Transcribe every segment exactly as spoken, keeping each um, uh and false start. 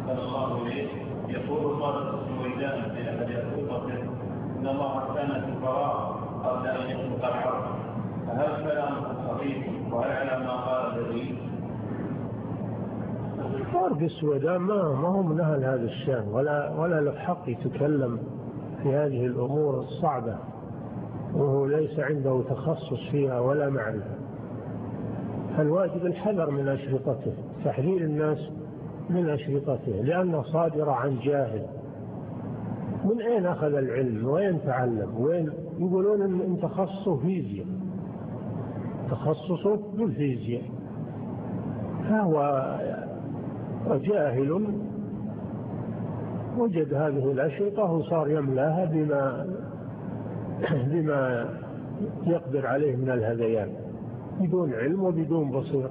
صلى الله عليه يقول قال سويدان في أحد الأخوة إن الله كان في الفراغ قبل أن يخلق العرض، فهل كلامه صحيح وهل على ما قال الذي فرق السودان ما ما هو من أهل هذا الشان ولا ولا له حق يتكلم في هذه الأمور الصعبة، وهو ليس عنده تخصص فيها ولا معرفة. فالواجب الحذر من أشرطته، تحذير الناس من أشرطته، لأنه صادر عن جاهل. من أين أخذ العلم وين تعلم وين؟ يقولون إن تخصصه فيزياء، تخصصه بالفيزياء، فهو جاهل وجد هذه الأشرطة وصار يملاها بما بما يقدر عليه من الهذيان بدون علم وبدون بصيرة.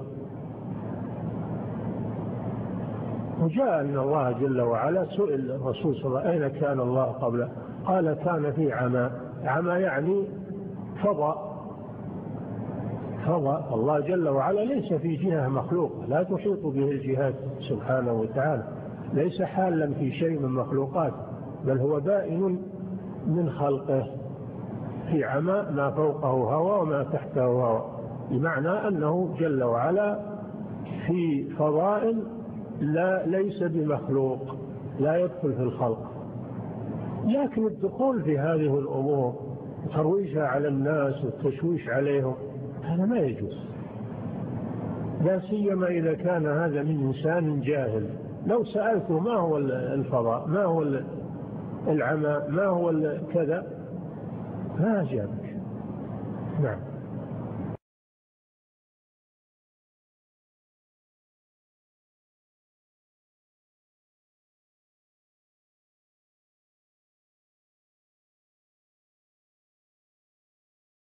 وجاء أن الله جل وعلا سئل الرسول صلى الله عليه وسلم أين كان الله قبله؟ قال كان في عمى. عمى يعني فضاء، فضاء. الله جل وعلا ليس في جهة مخلوق لا تحيط به الجهات سبحانه وتعالى، ليس حالا في شيء من مخلوقات، بل هو بائن من خلقه. في عمى ما فوقه هواء وما تحته هواء، بمعنى أنه جل وعلا في فضاء لا ليس بمخلوق، لا يدخل في الخلق. لكن الدخول في هذه الأمور وترويجها على الناس والتشويش عليهم هذا ما يجوز، لا سيما إذا كان هذا من إنسان جاهل. لو سألته ما هو الفضاء، ما هو العمى، ما هو كذا، ما أجابك. نعم.